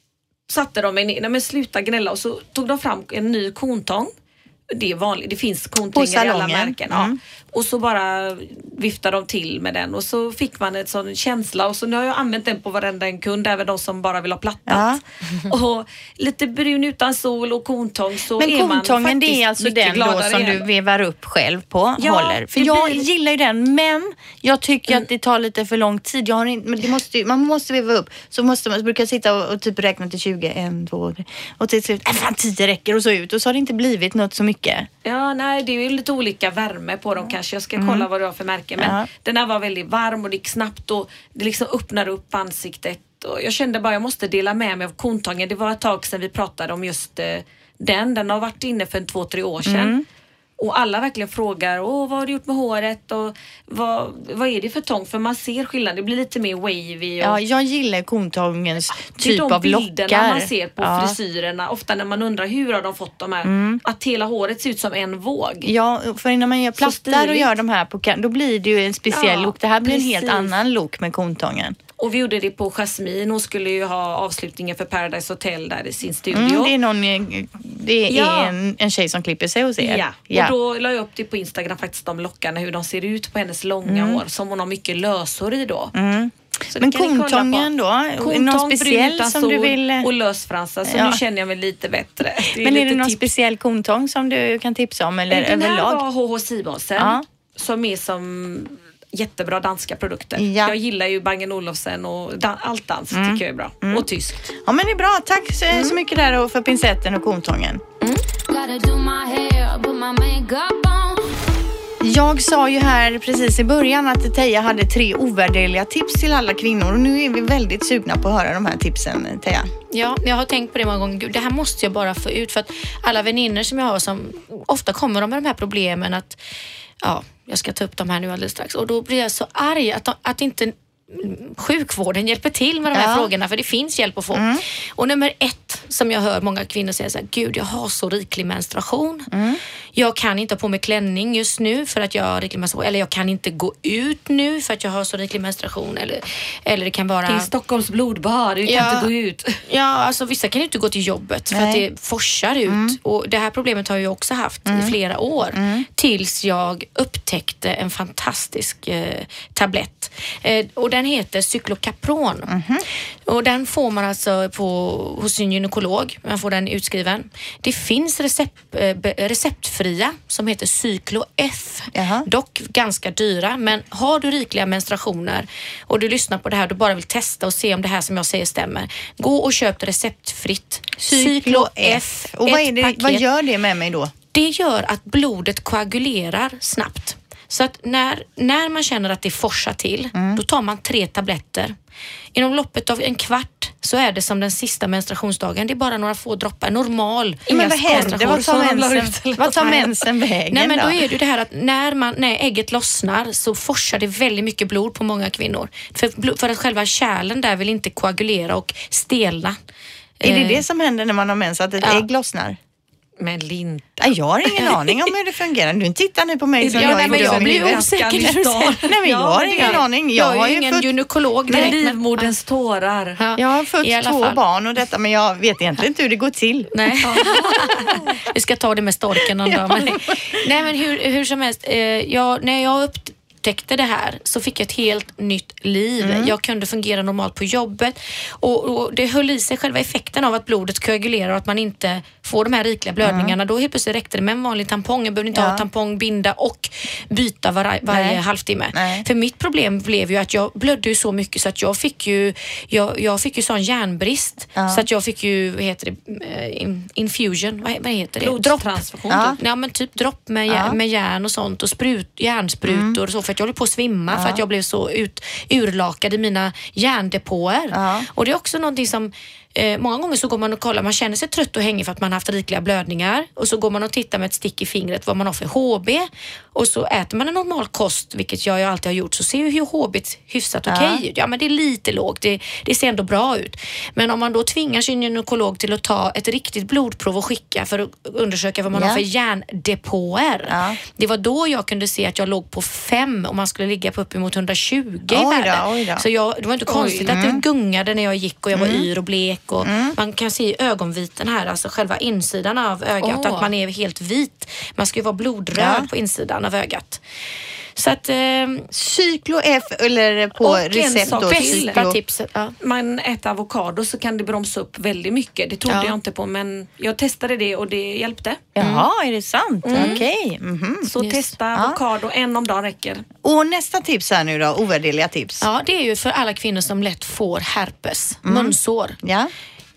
satte de mig ner, nej men sluta gnälla, och så tog de fram en ny kontång. Det är vanligt, det finns kontänger i alla märken. Ja. Mm. Och så bara viftade de till med den och så fick man en sån känsla, och så nu har jag använt den på varenda en kund, även de som bara vill ha plattat. Ja. Och lite brun utan sol och kontång, så men är man kontången, det är alltså den då som igen. Du vevar upp själv på, ja, håller. För jag blir... gillar ju den, men jag tycker mm. att det tar lite för lång tid. Jag har inte, men det måste, man måste veva upp. Så måste man, så brukar jag sitta och, och typ räkna till tjugo, en, två, tre, och till slut, äh, fan, tio räcker och så ut. Och så har det inte blivit något så mycket mycket? Ja, nej, det är ju lite olika värme på dem kanske. Jag ska kolla mm. vad det var för märke. Men ja. den här var väldigt varm och det gick snabbt och det liksom öppnade upp ansiktet. Och jag kände bara jag måste dela med mig av Kontången. Det var ett tag sedan vi pratade om just eh, den. Den har varit inne för en två, tre år sedan. Mm. Och alla verkligen frågar, åh vad har du gjort med håret och vad, vad är det för tång? För man ser skillnad, det blir lite mer wavy. Och... Ja, jag gillar Kontångens typ av lockar. Det är de bilderna man ser på ja. frisyrerna. Ofta när man undrar hur har de fått de här, mm. att hela håret ser ut som en våg. Ja, för när man gör plattar och gör de här på kan, då blir det ju en speciell ja, look. Det här blir precis. en helt annan look med Kontången. Och vi gjorde det på Jasmine. Hon skulle ju ha avslutningen för Paradise Hotel där i sin studio. Mm, det är, någon, det är ja. en, en tjej som klipper sig hos er. Ja. ja, och då la jag upp det på Instagram faktiskt, de lockarna, hur de ser ut på hennes långa mm. hår. Som hon har mycket löshår i då. Mm. Men Kontången då? Kontång, någon speciell som du vill... och lösfransar, så ja. nu känner jag mig lite bättre. Är Men är det någon tips. speciell kontång som du kan tipsa om? Eller den överlag? här var H H Simonsen. Ja. Som är som... jättebra danska produkter. Ja. Jag gillar ju Bang and Olufsen och dan- allt dans mm. tycker jag är bra. Mm. Och tyskt. Ja, men det är bra. Tack så, mm. så mycket där för pincetten och Kontången. Mm. Jag sa ju här precis i början att Teija hade tre ovärderliga tips till alla kvinnor och nu är vi väldigt sugna på att höra de här tipsen, Teija. Ja, jag har tänkt på det många gånger. Gud, det här måste jag bara få ut för att alla vänner som jag har som ofta kommer de med de här problemen att ja, jag ska ta upp dem här nu alldeles strax. Och då blir jag så arg att, att inte sjukvården hjälper till med de här ja. frågorna, för det finns hjälp att få. Mm. Och nummer ett som jag hör många kvinnor säga så här, gud jag har så riklig menstruation. Mm. Jag kan inte ha på mig klänning just nu för att jag har riklig menstruation. Eller jag kan inte gå ut nu för att jag har så riklig menstruation. Eller, eller det kan vara... Det är Stockholms blodbad, du kan ja, inte gå ut. Ja, alltså vissa kan inte gå till jobbet för Nej. att det forsar ut. Mm. Och det här problemet har jag också haft mm. i flera år. Mm. Tills jag upptäckte en fantastisk eh, tablett. Eh, och den heter Cyclocapron. Mm-hmm. Och den får man alltså på, hos en gynekolog. Man får den utskriven. Det finns recept, eh, receptfria som heter Cyklo F. Jaha. Dock ganska dyra. Men har du rikliga menstruationer och du lyssnar på det här och du bara vill testa och se om det här som jag säger stämmer. Gå och köp det receptfritt. Cyklo F. Och vad, är det, vad gör det med mig då? Det gör att blodet koagulerar snabbt. Så att när, när man känner att det forsar till, mm. då tar man tre tabletter. Inom loppet av en kvart så är det som den sista menstruationsdagen. Det är bara några få droppar. Normal. Ja, men vad händer? Vad tar mensen, vad tar mensen vägen? Nej, men då då är det det här att när, man, när ägget lossnar så forsar det väldigt mycket blod på många kvinnor. För, för att själva kärlen där vill inte koagulera och stelna. Är det det som händer när man har mens? Att ett ja. ägg lossnar? Men Linda. Jag har ingen aning om hur det fungerar. Du tittar nu på mig som ja, jag nej, men jag blir osäker. Nej, men jag har ja, ingen aning. Jag, jag har ju ingen fått... gynekolog. Med livmoderns tårar. Ja. Jag har fått två fall. barn och detta, men jag vet egentligen inte hur det går till. Nej. Vi ska ta det med storken någon dag. Men, nej, men hur, hur som helst. Eh, jag, när jag upp upptäckte det här så fick jag ett helt nytt liv. Mm. Jag kunde fungera normalt på jobbet och, och det höll i sig själva effekten av att blodet koagulerar och att man inte får de här rikliga blödningarna. Mm. Då helt plötsligt räckte det med en vanlig tampong. Jag behövde inte ja. ha tampong, binda och byta var, varje Nej. halvtimme. Nej. För mitt problem blev ju att jag blödde ju så mycket så att jag fick ju jag, jag fick ju sån järnbrist ja. så att jag fick ju, vad heter det, infusion, vad, vad heter det? Blodtransfusion. Ja. ja, men typ dropp med, ja. med järn och sånt och sprut, järnsprutor mm. och så, för att jag håller på att svimma ja. för att jag blev så ut, urlakad i mina järndepåer. Ja. Och det är också någonting som Eh, många gånger så går man och kollar, man känner sig trött och hängig för att man har haft rikliga blödningar och så går man och tittar med ett stick i fingret vad man har för H B och så äter man en normal kost, vilket jag ju alltid har gjort, så ser ju H B hyfsat okej okay. Ja, men det är lite lågt, det, det ser ändå bra ut. Men om man då tvingar sin gynekolog till att ta ett riktigt blodprov och skicka för att undersöka vad man ja. har för järndepåer. Ja. Det var då jag kunde se att jag låg på fem och man skulle ligga på uppemot hundratjugo i världen. Så jag, det var inte konstigt oj, att mm. det gungade när jag gick och jag var mm. yr och blek. Och mm. man kan se i ögonviten här, alltså själva insidan av ögat, oh. att man är helt vit. Man ska ju vara blodröd ja. på insidan av ögat. Så att eh, Cyklo F eller på recept då, bästa tipset. Ja. Man äter avokado så kan det bromsa upp väldigt mycket. Det trodde ja. jag inte på, men jag testade det och det hjälpte. Jaha, är det sant? Mm. Okej. Okay. Mm-hmm. Så Just. testa avokado, ja. en om dagen räcker. Och nästa tips här nu då, ovärdeliga tips. Ja, det är ju för alla kvinnor som lätt får herpes, mm. munsår. Ja.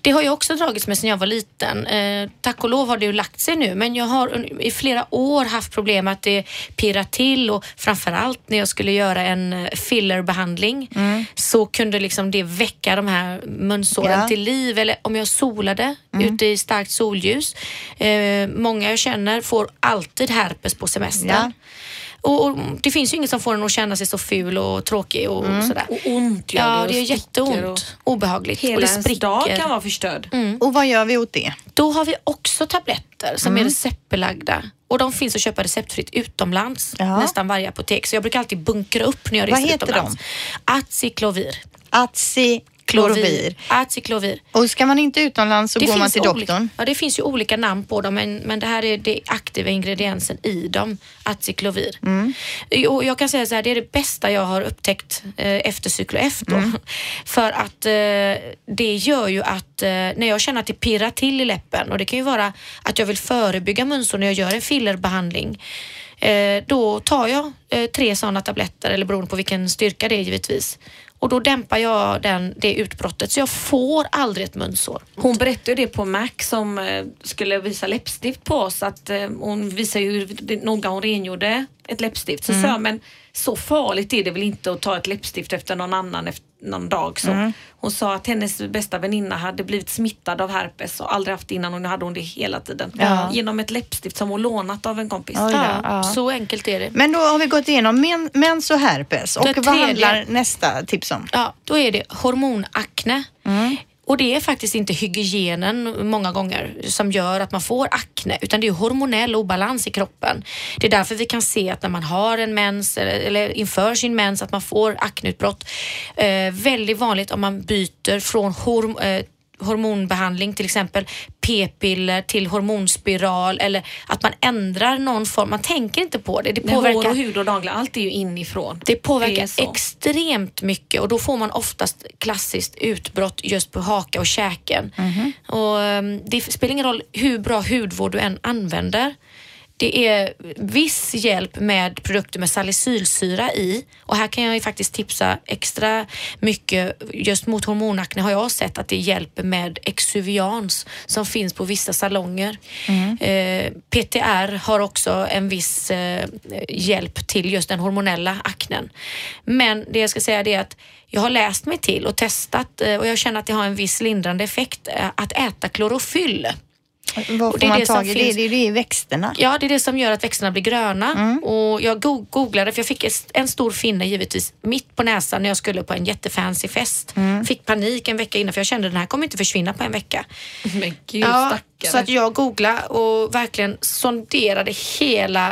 Det har jag också dragits med sedan jag var liten. Eh, tack och lov har det ju lagt sig nu, men jag har i flera år haft problem att det pirrar till, och framförallt när jag skulle göra en fillerbehandling mm. så kunde liksom det väcka de här munsåren ja. till liv, eller om jag solade mm. ute i starkt solljus. Eh, många jag känner får alltid herpes på semestern. Ja. Och, och det finns ju ingen som får en att känna sig så ful och tråkig och mm. sådär. Och ont gör ja, det. det är jätteont. Och obehagligt. Hela och det ens dag kan vara förstörd. Mm. Och vad gör vi åt det? Då har vi också tabletter som mm. är receptbelagda. Och de finns att köpa receptfritt utomlands. Jaha. Nästan varje apotek. Så jag brukar alltid bunkra upp när jag reser utomlands. Vad heter de? Aciclovir. Aciclovir. Klorovir. Aciclovir. Och ska man inte utomlands så det går man till olika, doktorn? Ja, det finns ju olika namn på dem, men, men det här är det aktiva ingrediensen i dem, aciclovir. Mm. Och jag kan säga så här, det är det bästa jag har upptäckt eh, efter Cyklo F då. Mm. För att eh, det gör ju att eh, när jag känner att det pirrar till i läppen, och det kan ju vara att jag vill förebygga munsår när jag gör en fillerbehandling, eh, då tar jag eh, tre sådana tabletter, eller beroende på vilken styrka det är givetvis. Och då dämpar jag den, det utbrottet, så jag får aldrig ett munsår. Hon berättade det på Mac som eh, skulle visa läppstift på oss. Att, eh, hon visade hur det, noga hon rengjorde ett läppstift. Så mm. sa jag, men så farligt är det väl inte att ta ett läppstift efter någon annan efter någon dag. Så mm. hon sa att hennes bästa väninna hade blivit smittad av herpes och aldrig haft det innan, och nu hade hon det hela tiden. Ja. Genom ett läppstift som hon lånat av en kompis. Ja, ja, ja. Så enkelt är det. Men då har vi gått igenom men, mens och herpes. Och vad tredje... handlar nästa tips om? Ja, då är det hormonakne. Mm. Och det är faktiskt inte hygienen många gånger som gör att man får akne, utan det är hormonell obalans i kroppen. Det är därför vi kan se att när man har en mens eller, eller inför sin mens att man får akneutbrott. Eh, väldigt vanligt om man byter från horm, eh, hormonbehandling, till exempel p-piller till hormonspiral, eller att man ändrar någon form. Man tänker inte på det. Det påverkar hår och hud och naglar, allt är ju inifrån. Det påverkar det extremt mycket, och då får man oftast klassiskt utbrott just på haka och käken. Mm-hmm. Och um, det spelar ingen roll hur bra hudvård du än använder. Det är viss hjälp med produkter med salicylsyra i, och här kan jag ju faktiskt tipsa extra mycket just mot hormonakne. Har jag sett att det hjälper med Exuvians som finns på vissa salonger. Mm. Eh, P T R har också en viss eh, hjälp till just den hormonella aknen. Men det jag ska säga är att jag har läst mig till och testat, eh, och jag känner att det har en viss lindrande effekt eh, att äta klorofyll. Vad får det är man det tag i? Finns... Det är det i växterna. Ja, det är det som gör att växterna blir gröna. Mm. Och jag googlade, för jag fick en stor finne givetvis mitt på näsan när jag skulle på en jättefancy fest. Mm. Fick panik en vecka innan, för jag kände att den här kommer inte försvinna på en vecka. Men gud, ja, stackare. så att jag googlade och verkligen sonderade hela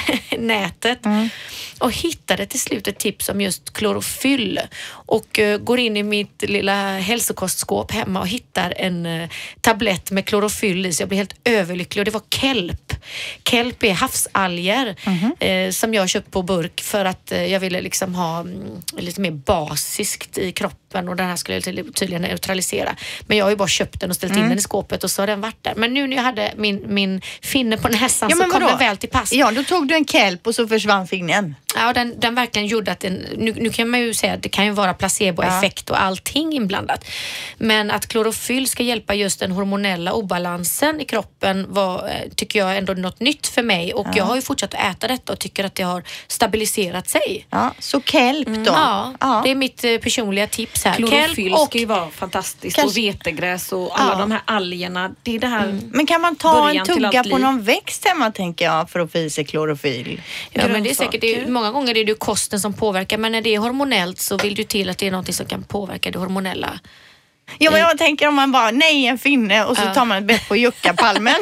nätet. Mm. Och hittade till slut ett tips om just klorofyll. Och uh, går in i mitt lilla hälsokostskåp hemma och hittar en uh, tablett med klorofyll i. Så jag blev helt överlycklig. Och det var kelp. Kelp är havsalger mm-hmm. uh, som jag köpt på burk för att uh, jag ville liksom ha um, lite mer basiskt i kroppen. Och den här skulle jag tydligen neutralisera. Men jag har ju bara köpt den och ställt mm. in den i skåpet, och så har den varit där. Men nu när jag hade min, min finne på näsan ja, så kom den väl till pass. Ja, då tog du en kelp och så försvann finnen. Ja, den, den verkligen gjorde att den, nu, nu kan man ju säga att det kan ju vara placeboeffekt och allting inblandat. Men att klorofyll ska hjälpa just den hormonella obalansen i kroppen var, tycker jag, ändå något nytt för mig. Och ja. jag har ju fortsatt att äta detta och tycker att det har stabiliserat sig. Ja, så kelp då? Mm, ja, ja, det är mitt personliga tips här. Klorofyll och, ska ju vara fantastiskt. Kanske, och vetegräs och alla ja. de här algerna. Det är det här. Mm. Men kan man ta en tugga på någon växt hemma, tänker jag, för att få i sig klorofyll? Ja, men det är säkert det är, många gånger är det ju kosten som påverkar, men när det är hormonellt så vill du till att det är något som kan påverka det hormonella. Ja, men jag tänker om man bara, nej, en finne, och så ja. tar man ett bett på juckapalmen.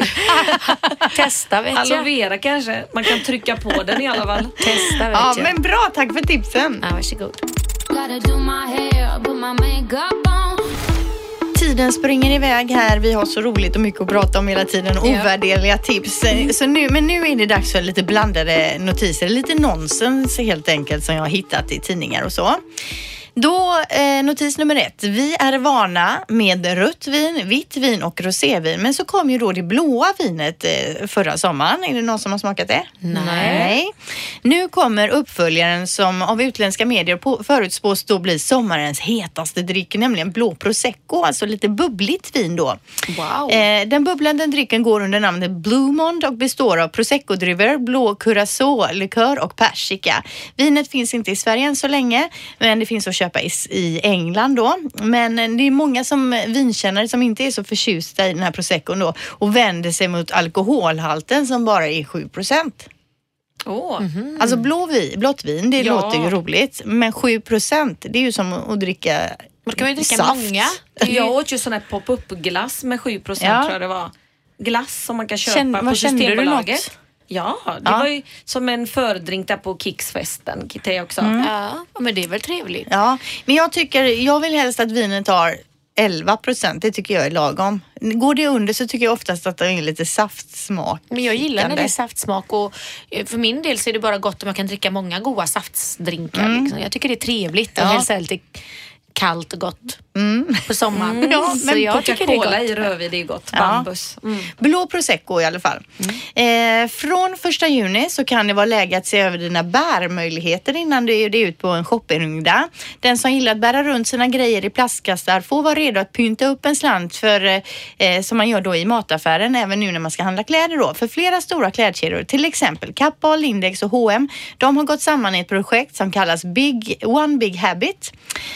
Testa, vet jag. Aloe vera kanske. Man kan trycka på den i alla fall. Testa, vet ja, jag. Men bra, tack för tipsen. Ja, varsågod. Tiden springer iväg här. Vi har så roligt och mycket att prata om hela tiden. Ovärderliga tips. Så nu, men nu är det dags för lite blandade notiser. Lite nonsens helt enkelt som jag har hittat i tidningar och så. Då, eh, notis nummer ett. Vi är vana med rött vin, vitt vin och rosévin. Men så kom ju då det blåa vinet eh, förra sommaren. Är det någon som har smakat det? Nej. Nej. Nu kommer uppföljaren som av utländska medier på, förutspås då bli sommarens hetaste dryck, nämligen blå prosecco, alltså lite bubbligt vin då. Wow. Eh, den bubblande drycken går under namnet Bluemond och består av prosecco-druvor, blå curacao, likör och persika. Vinet finns inte i Sverige än så länge, men det finns att köpa i, i England då. Men det är många som vinkännare som inte är så förtjusta i den här proseccon då och vänder sig mot alkoholhalten som bara är sju procent. Åh. Mm-hmm. Alltså blå vi, blått vin, det Ja. låter ju roligt. Men sju procent, det är ju som att dricka Man kan ju dricka saft. många. Jag åt ju sån här pop-up-glass med sju procent Ja. tror jag det var. Glass som man kan köpa Känn, på vad kände du Systembolaget. något? Ja, det Ja. var ju som en fördrink där på Kicksfesten, Kitte också. Mm. Ja, men det är väl trevligt. Ja, men jag tycker, jag vill helst att vinet har elva procent, det tycker jag är lagom. Går det under så tycker jag oftast att det är lite saftsmak. Men jag gillar när det är saftsmak och för min del så är det bara gott om jag kan dricka många goda saftsdrinkar. Mm. Liksom. Jag tycker det är trevligt och Ja. helst lite kallt och gott Mm. på sommaren. Mm. Ja, så men jag tycker det är Coca-Cola gott. i rödvin, det är gott. Ja. Bambus. Mm. Blå prosecco i alla fall. Eh, från första juni så kan det vara läge att se över dina bärmöjligheter innan du är ut på en shoppingrunda. Den som gillar att bära runt sina grejer i plastkassar får vara redo att pynta upp en slant för, eh, som man gör då i mataffären, även nu när man ska handla kläder då. För flera stora klädkedjor, till exempel Kappahl, Lindex och H och M, de har gått samman i ett projekt som kallas Big, One Big Habit.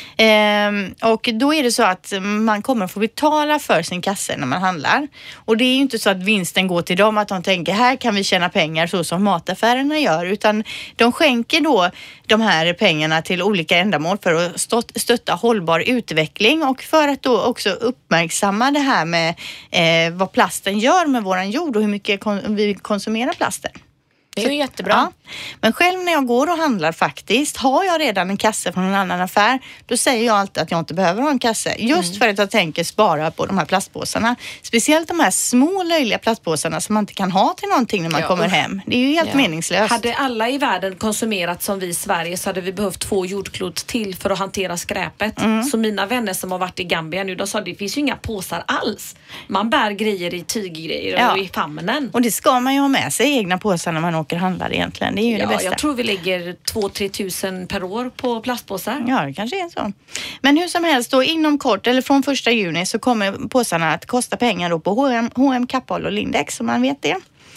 Eh, och då är det så att man kommer att få betala för sin kasse när man handlar. Och det är ju inte så att vinsten går till dem, att de tänker här kan vi tjäna pengar så som mataffärerna gör, utan de skänker då de här pengarna till olika ändamål för att stå- stötta hållbar utveckling och för att då också uppmärksamma det här med eh, vad plasten gör med våran jord och hur mycket kon- vi konsumerar plasten. Det är ju jättebra. Ja. Men själv när jag går och handlar faktiskt, har jag redan en kasse från en annan affär, då säger jag alltid att jag inte behöver ha en kasse. Just mm. för att jag tänker spara på de här plastpåsarna. Speciellt de här små löjliga plastpåsarna som man inte kan ha till någonting när man Ja. kommer hem. Det är ju helt Ja. meningslöst. Hade alla i världen konsumerat som vi i Sverige så hade vi behövt två jordklot till för att hantera skräpet. Mm. Så mina vänner som har varit i Gambia nu, de sa att det finns ju inga påsar alls. Man bär grejer i tyggrejer Ja. och i famnen. Och det ska man ju ha med sig, egna påsar när man åker och handlar egentligen. Det är ju det Ja, bästa. jag tror vi lägger två till tre tusen per år på plastpåsar. Ja, det kanske är så. Men hur som helst då, inom kort eller från första juni så kommer påsarna att kosta pengar då på H och M, H och M, Kappahl och Lindex, så man vet det.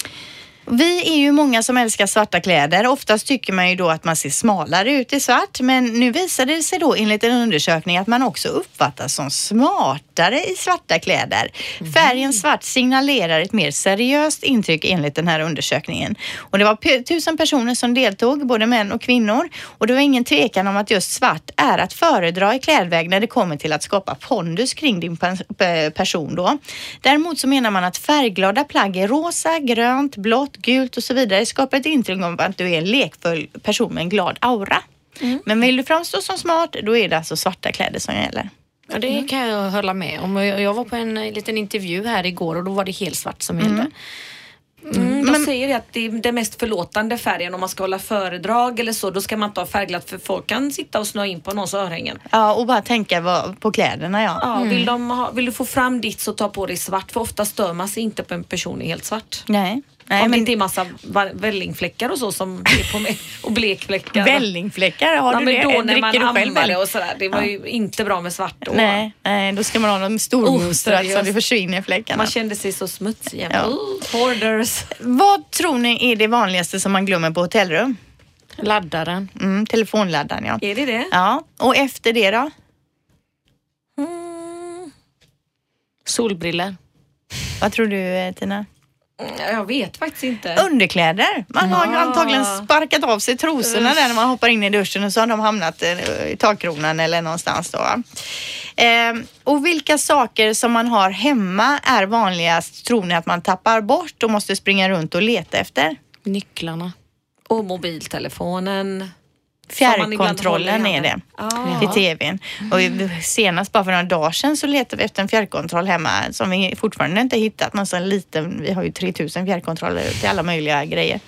Vi är ju många som älskar svarta kläder. Oftast tycker man ju då att man ser smalare ut i svart. Men nu visade det sig då enligt en undersökning att man också uppfattas som smartare i svarta kläder. Mm. Färgen svart signalerar ett mer seriöst intryck enligt den här undersökningen. Och det var p- tusen personer som deltog, både män och kvinnor. Och det var ingen tvekan om att just svart är att föredra i klädväg när det kommer till att skapa pondus kring din pe- person då. Däremot så menar man att färgglada plagg är rosa, grönt, blått, gult och så vidare skapar ett intryck om att du är en lekfull person med en glad aura. Mm. Men vill du framstå som smart, då är det alltså svarta kläder som gäller. Ja, det kan jag hålla med om. Jag jag var på en liten intervju här igår och då var det helt svart som gällde. Mm. Mm, de Men- säger ju att det är den mest förlåtande färgen om man ska hålla föredrag eller så. Då ska man inte ha färgglatt för folk kan sitta och snöa in på någons örhängen. Ja, och bara tänka vad, på kläderna, ja. Ja, vill, de ha, vill du få fram ditt så ta på dig svart. För ofta stör man sig inte på en person i helt svart. Nej. Nej, Om det men inte är massa va- vällingfläckar och så som är på mig. Och blekfläckar. vällingfläckar, har Ja, du men det? då när Dricker man du själv ammade välling? och sådär. Det var ju inte bra med svart då. Nej, nej, då ska man ha någon stormustrat Oh, så det försvinner fläckarna. Man kände sig så smutsig. Ja. Ja. Oh, hoarders. Vad tror ni är det vanligaste som man glömmer på hotellrum? Laddaren. Mm, telefonladdaren, ja. Är det det? Ja, och efter det då? Mm. Solbriller. Vad tror du, Tina? Jag vet faktiskt inte. Underkläder. Man har ju Ah. antagligen sparkat av sig trosorna där när man hoppar in i duschen och så har de hamnat eh, i takkronan eller någonstans då. Va? Eh, och vilka saker som man har hemma är vanligast, tror ni att man tappar bort och måste springa runt och leta efter? Nycklarna. Och mobiltelefonen. Fjärrkontrollen är det Ah. till tvn. Och senast bara för några dagar sedan så letade vi efter en fjärrkontroll hemma som vi fortfarande inte hittat. Någon sån liten, vi har ju tre tusen fjärrkontroller till alla möjliga grejer.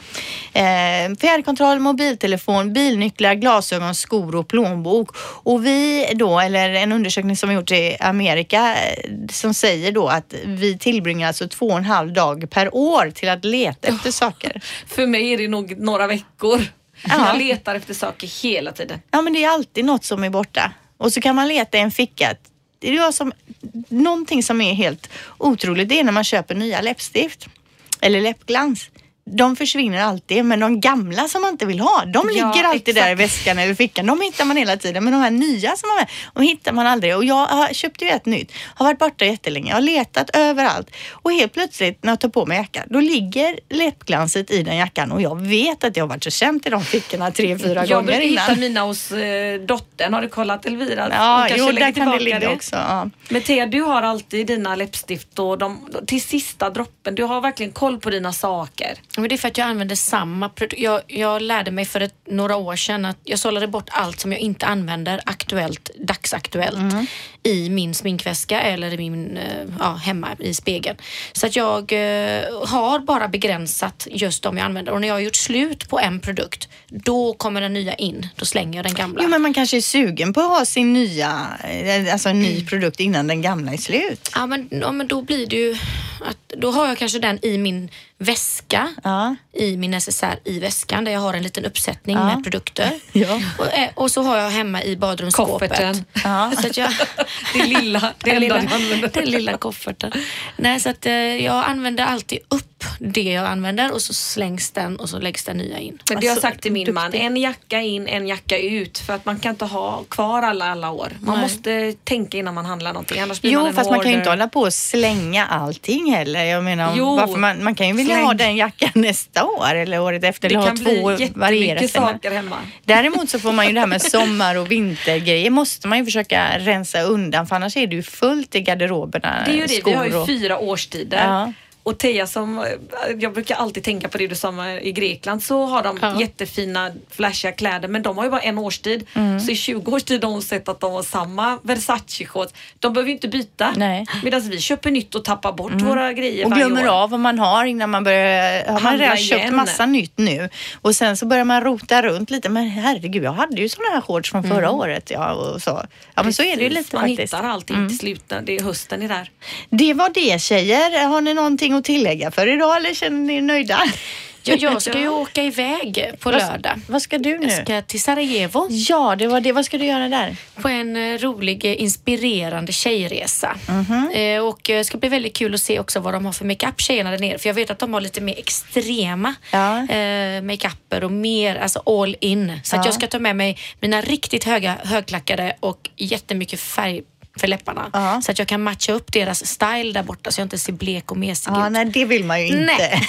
Eh, fjärrkontroll, mobiltelefon, bilnycklar, glasögon, skor och plånbok. Och vi då, eller en undersökning som vi gjort i Amerika som säger då att vi tillbringar alltså två och en halv dag per år till att leta efter saker. För mig är det nog några veckor. Ja. Jag letar efter saker hela tiden. Ja, men det är alltid något som är borta. Och så kan man leta i en ficka. Det är som, någonting som är helt otroligt, det är när man köper nya läppstift. Eller läppglans. De försvinner alltid, men de gamla som man inte vill ha, de Ja, ligger alltid exakt. där i väskan eller fickan. De hittar man hela tiden, men de här nya som man har, de hittar man aldrig. Och jag har köpt ju ett nytt, har varit borta jättelänge, jag har letat överallt. Och helt plötsligt när jag tar på mig jackan, då ligger läppglanset i den jackan. Och jag vet att jag har varit så känd i de fickorna tre, fyra Jag gånger brukar hitta innan. mina hos eh, dottern. Har du kollat Elvira? Ja, Hon kanske jo, lägger där kan tillbaka det ligga också. Ja. Men Thea, du har alltid dina läppstift och de, till sista droppen. Du har verkligen koll på dina saker. Men det är för att jag använder samma produkt. Jag, jag lärde mig för ett, några år sedan att jag sållade bort allt som jag inte använder aktuellt, dagsaktuellt mm. i min sminkväska eller i min, ja, hemma i spegeln. Så att jag eh, har bara begränsat just de jag använder. Och när jag har gjort slut på en produkt, då kommer den nya in. Då slänger jag den gamla. Jo, men man kanske är sugen på att ha sin nya, alltså en ny produkt innan den gamla är slut. Ja, men, ja, men då blir det ju att då har jag kanske den i min väska, Ja. i min necessär i väskan där jag har en liten uppsättning Ja. med produkter. Ja. Och, eh, och så har jag hemma i badrumsskåpet. Kofferten. Ja. Så att jag, Det lilla, det den, enda lilla, du använder. den lilla kofferten. Nej, så att eh, jag använder alltid upp det jag använder och så slängs den och så läggs den nya in. Men det har jag Alltså, sagt till min duktig. man, en jacka in, en jacka ut. För att man kan inte ha kvar alla alla år. Man Nej. måste tänka innan man handlar någonting. Annars blir Jo, man en fast man kan ju hoarder. inte hålla på och slänga allting heller. Jag menar, Jo, varför man, man kan ju vilja släng. ha den jackan nästa år eller året efter. Det eller kan ha två bli jättemycket varierat. saker hemma. Däremot så får man ju det här med sommar- och vintergrejer måste man ju försöka rensa undan, för annars är det ju fullt i garderoberna. Det är ju det, vi har ju skor och- fyra årstider. Ja. Och Teja, som jag brukar alltid tänka på det du sa med, i Grekland, så har de Ja. jättefina flashiga kläder, men de har ju bara en årstid. Mm. Så i tjugo års tid har hon sett att de har samma Versace-shorts. De behöver ju inte byta. Nej. Medan vi köper nytt och tappar bort våra grejer Och varje glömmer år. av vad man har innan man börjar. Har man Handla redan köpt igen. massa nytt nu och sen så börjar man rota runt lite. Men herregud, jag hade ju såna här shorts från förra året. Ja, och så. Ja, men så är det ju Precis, lite man faktiskt. hittar allting till slut. när Det är hösten är där. Det var det, tjejer. Har ni någonting att tillägga för idag eller känner ni er nöjda? Jag, jag ska ju åka iväg på lördag. Vad ska du nu? Jag ska till Sarajevo Ja, det var det. Vad ska du göra där? på en eh, rolig, eh, inspirerande tjejresa. Mm-hmm. Eh, och det ska bli väldigt kul att se också vad de har för makeup tjejerna där nere. För jag vet att de har lite mer extrema Ja. eh, makeuper och mer, alltså all in. Så att Ja. jag ska ta med mig mina riktigt höga, högklackade och jättemycket färg för läpparna. Ja. Så att jag kan matcha upp deras style där borta så jag inte ser blek och mesig Ja, ut. nej, det vill man ju inte. Nej.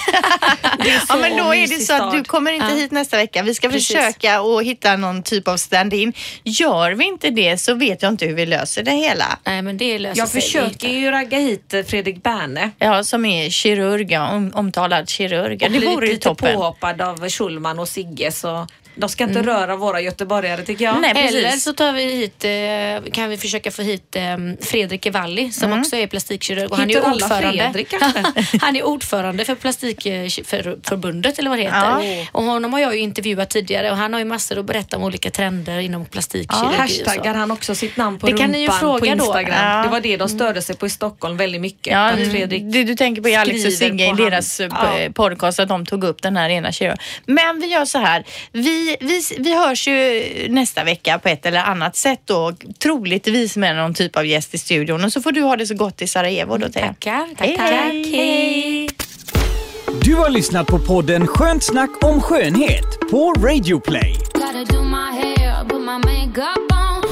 Ja, men då är det mysig så att stad. du kommer inte Ja. hit nästa vecka. Vi ska Precis. försöka att hitta någon typ av stand-in. Gör vi inte det så vet jag inte hur vi löser det hela. Nej, men det löser Jag sig. försöker ju ragga hit eh, Fredrik Berne. Ja, som är kirurg, ja, om, omtalad kirurg. Och Det blir vore ju lite toppen. påhoppad av Schulman och Sigge, så de ska inte röra våra göteborgare, tycker jag. Nej, precis. Eller så tar vi hit, eh, kan vi försöka få hit eh, Fredrik Evalli som också är plastikkirurg. Och han är Hittar alla ordförande. Fredrik, kanske? Han är ordförande för Plastikförbundet eller vad det heter. Ja. Och honom har jag ju intervjuat tidigare och han har ju massor att berätta om olika trender inom plastikkirurgi. och så. Hashtaggar han också sitt namn på Det rumpan kan ni ju fråga på då. Instagram. Ja. Det var det de störde sig på i Stockholm väldigt mycket. Ja, att Fredrik det du tänker på är Alex och skriver Sigge i på deras hand. ja. podcast att de tog upp den här ena kirurgen. Men vi gör så här. Vi, vi, vi hörs ju nästa vecka på ett eller annat sätt då. Troligtvis med någon typ av gäst i studion. Och så får du ha det så gott i Sarajevo då. Thea. Tackar, Hej, tackar. hej. Hej. Du har lyssnat på podden Skönt snack om skönhet på Radio Play. Gotta do my hair, put my makeup on.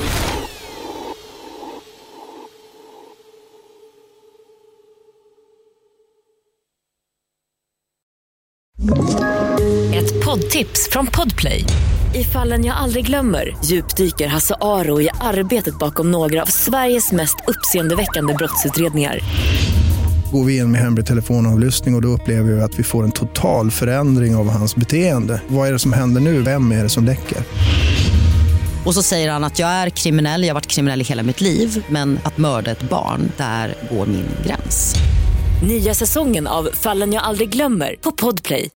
Ett poddtips från Podplay. I Fallen jag aldrig glömmer djupdyker Hasse Aro i arbetet bakom några av Sveriges mest uppseendeväckande brottsutredningar. Går vi in med hemlig telefonavlyssning och, och då upplever vi att vi får en total förändring av hans beteende. Vad är det som händer nu? Vem är det som läcker? Och så säger han att jag är kriminell, jag har varit kriminell i hela mitt liv. Men att mörda ett barn, där går min gräns. Nya säsongen av Fallen jag aldrig glömmer på Podplay.